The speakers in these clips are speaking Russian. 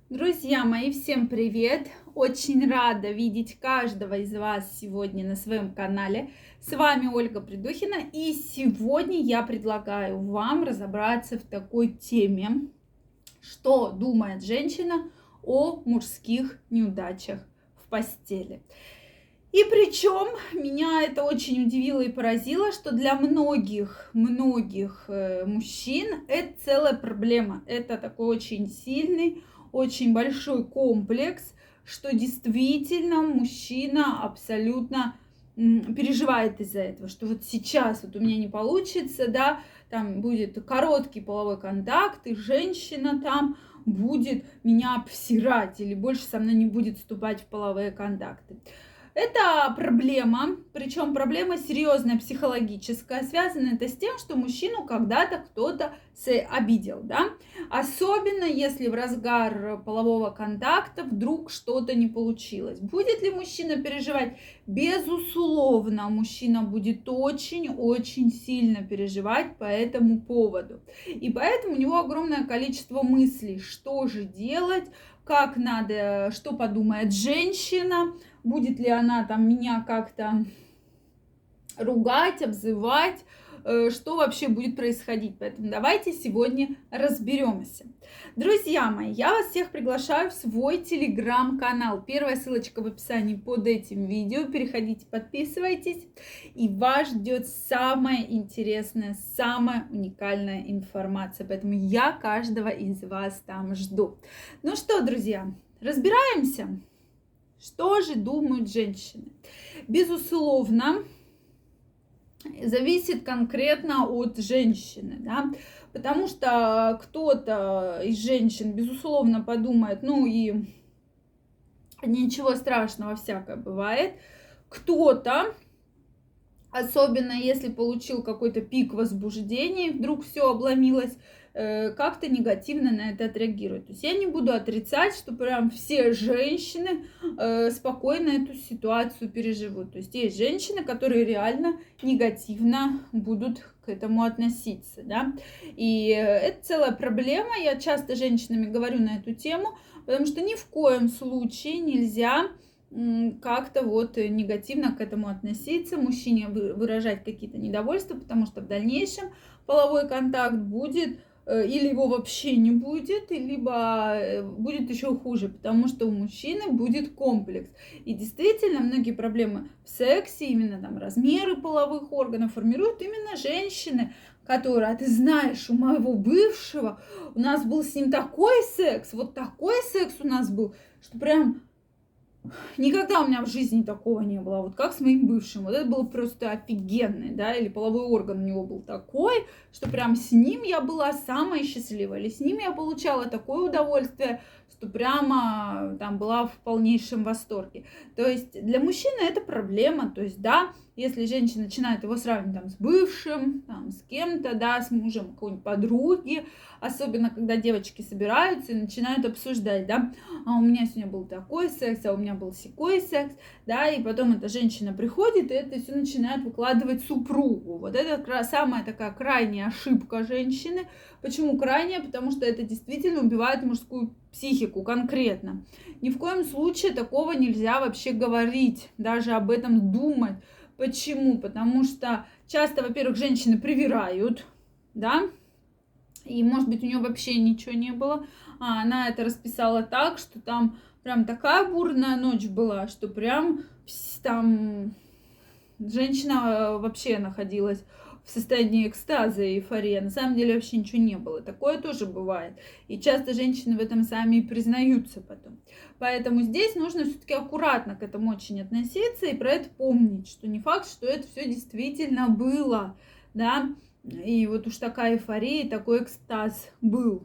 Друзья мои, всем привет! Очень рада видеть каждого из вас сегодня на своем канале. С вами Ольга Придухина, и сегодня я предлагаю вам разобраться в такой теме, что думает женщина о мужских неудачах в постели. И причем меня это очень удивило и поразило, что для многих мужчин это целая проблема. Это такой очень сильный, очень большой комплекс, что действительно мужчина абсолютно переживает из-за этого, что вот сейчас вот у меня не получится, да, там будет короткий половой контакт, и женщина там будет меня обсирать или больше со мной не будет вступать в половые контакты. Это проблема, причем проблема серьезная, психологическая. Связано это с тем, что мужчину когда-то кто-то обидел, да? Особенно если в разгар полового контакта вдруг что-то не получилось. Будет ли мужчина переживать? Безусловно, мужчина будет очень-очень сильно переживать по этому поводу. И поэтому у него огромное количество мыслей, что же делать, как надо, что подумает женщина, будет ли она там меня как-то ругать, обзывать, что вообще будет происходить. Поэтому давайте сегодня разберемся. Друзья мои, я вас всех приглашаю в свой телеграм-канал. Первая ссылочка в описании под этим видео. Переходите, подписывайтесь. И вас ждет самая интересная, самая уникальная информация. Поэтому я каждого из вас там жду. Ну что, друзья, разбираемся? Что же думают женщины? Безусловно, зависит конкретно от женщины, да, потому что кто-то из женщин, безусловно, подумает, ну и ничего страшного, всякое бывает. Кто-то, особенно если получил какой-то пик возбуждения, вдруг все обломилось, как-то негативно на это отреагирует. То есть я не буду отрицать, что прям все женщины спокойно эту ситуацию переживут. То есть есть женщины, которые реально негативно будут к этому относиться, да. И это целая проблема. Я часто с женщинами говорю на эту тему, потому что ни в коем случае нельзя как-то вот негативно к этому относиться, мужчине выражать какие-то недовольства, потому что в дальнейшем половой контакт будет или его вообще не будет, либо будет еще хуже, потому что у мужчины будет комплекс. И действительно, многие проблемы в сексе, именно там размеры половых органов формируют именно женщины, которые, а ты знаешь, у моего бывшего, у нас был с ним такой секс, вот такой секс у нас был, что прям никогда у меня в жизни такого не было, вот как с моим бывшим. Вот это было просто офигенный, да, или половой орган у него был такой, что прям с ним я была самая счастливая, или с ним я получала такое удовольствие, что прямо там была в полнейшем восторге. То есть для мужчины это проблема, то есть, да, если женщина начинает его сравнивать там с бывшим, там, с кем-то, да, с мужем какой-нибудь подруги, особенно когда девочки собираются и начинают обсуждать, да, а у меня сегодня был такой секс, а у меня был сякой секс, да, и потом эта женщина приходит и это все начинает выкладывать супругу. Вот это самая такая крайняя ошибка женщины. Почему крайняя? Потому что это действительно убивает мужскую психику конкретно. Ни в коем случае такого нельзя вообще говорить, даже об этом думать. Почему? Потому что часто, во-первых, женщины привирают, да, и, может быть, у нее вообще ничего не было, а она это расписала так, что там прям такая бурная ночь была, что прям там женщина вообще находилась в состоянии экстаза и эйфории. На самом деле вообще ничего не было. Такое тоже бывает. И часто женщины в этом сами и признаются потом. Поэтому здесь нужно все-таки аккуратно к этому очень относиться и про это помнить, что не факт, что это все действительно было, да. И вот уж такая эйфория, такой экстаз был.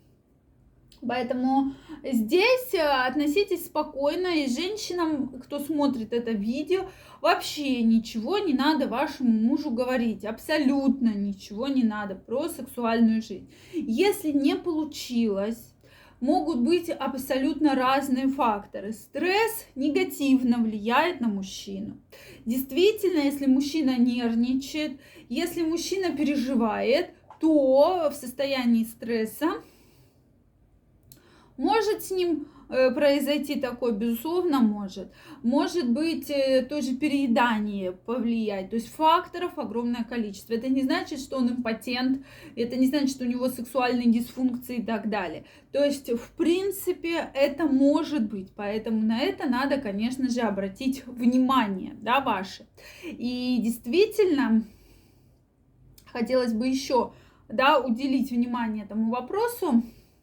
Поэтому здесь относитесь спокойно, и женщинам, кто смотрит это видео, вообще ничего не надо вашему мужу говорить, абсолютно ничего не надо про сексуальную жизнь. Если не получилось, могут быть абсолютно разные факторы. Стресс негативно влияет на мужчину. Действительно, если мужчина нервничает, если мужчина переживает, то в состоянии стресса Может с ним произойти такое, безусловно, может. Может быть, тоже переедание повлиять. То есть факторов огромное количество. Это не значит, что он импотент, это не значит, что у него сексуальные дисфункции и так далее. То есть, в принципе, это может быть. Поэтому на это надо, конечно же, обратить внимание, да, ваше. И действительно, хотелось бы еще, да, уделить внимание этому вопросу,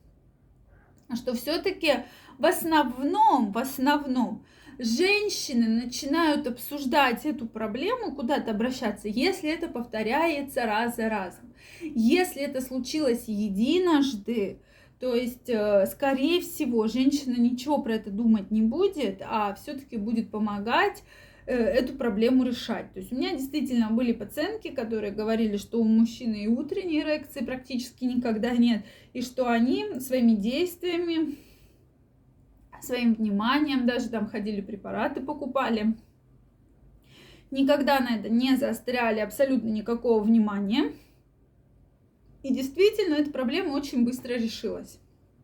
что все-таки в основном женщины начинают обсуждать эту проблему, куда-то обращаться, если это повторяется раз за разом. Если это случилось единожды, то есть, скорее всего, женщина ничего про это думать не будет, а все-таки будет помогать эту проблему решать. То есть у меня действительно были пациентки, которые говорили, что у мужчины и утренней эрекции практически никогда нет, и что они своими действиями, своим вниманием, даже там ходили препараты покупали, никогда на это не заостряли абсолютно никакого внимания. И действительно эта проблема очень быстро решилась.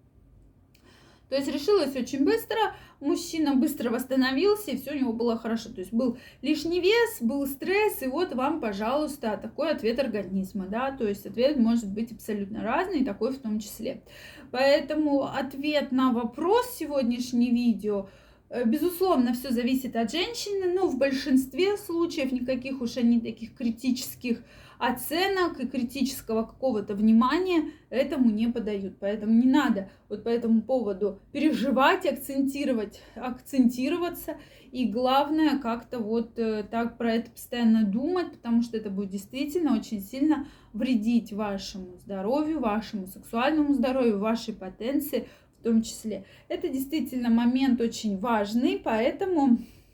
То есть решилось очень быстро, мужчина быстро восстановился, и все у него было хорошо. То есть был лишний вес, был стресс, и вот вам, пожалуйста, такой ответ организма, да, то есть ответ может быть абсолютно разный, такой в том числе. Поэтому ответ на вопрос сегодняшнего видео, безусловно, все зависит от женщины, но в большинстве случаев никаких уж они таких критических оценок и критического какого-то внимания этому не подают. Поэтому не надо вот по этому поводу переживать, акцентироваться. И главное, как-то вот так про это постоянно думать, потому что это будет действительно очень сильно вредить вашему здоровью, вашему сексуальному здоровью, вашей потенции в том числе. Это действительно момент очень важный, поэтому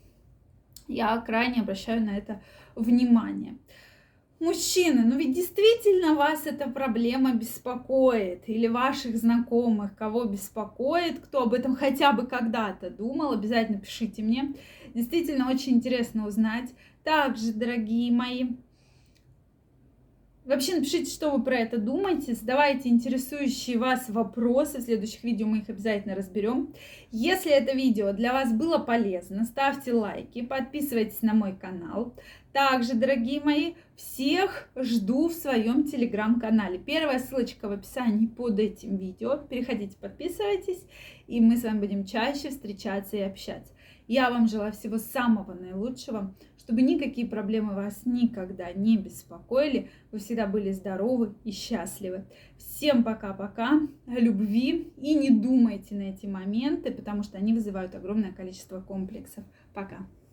я крайне обращаю на это внимание. Мужчины, ну ведь действительно вас эта проблема беспокоит, или ваших знакомых, кого беспокоит, кто об этом хотя бы когда-то думал, обязательно пишите мне. Действительно очень интересно узнать. Также, дорогие мои, вообще напишите, что вы про это думаете, задавайте интересующие вас вопросы, в следующих видео мы их обязательно разберем. Если это видео для вас было полезно, ставьте лайки, подписывайтесь на мой канал. Также, дорогие мои, всех жду в своем телеграм-канале. Первая ссылочка в описании под этим видео. Переходите, подписывайтесь, и мы с вами будем чаще встречаться и общаться. Я вам желаю всего самого наилучшего, чтобы никакие проблемы вас никогда не беспокоили. Вы всегда были здоровы и счастливы. Всем пока-пока, любви, и не думайте на эти моменты, потому что они вызывают огромное количество комплексов. Пока!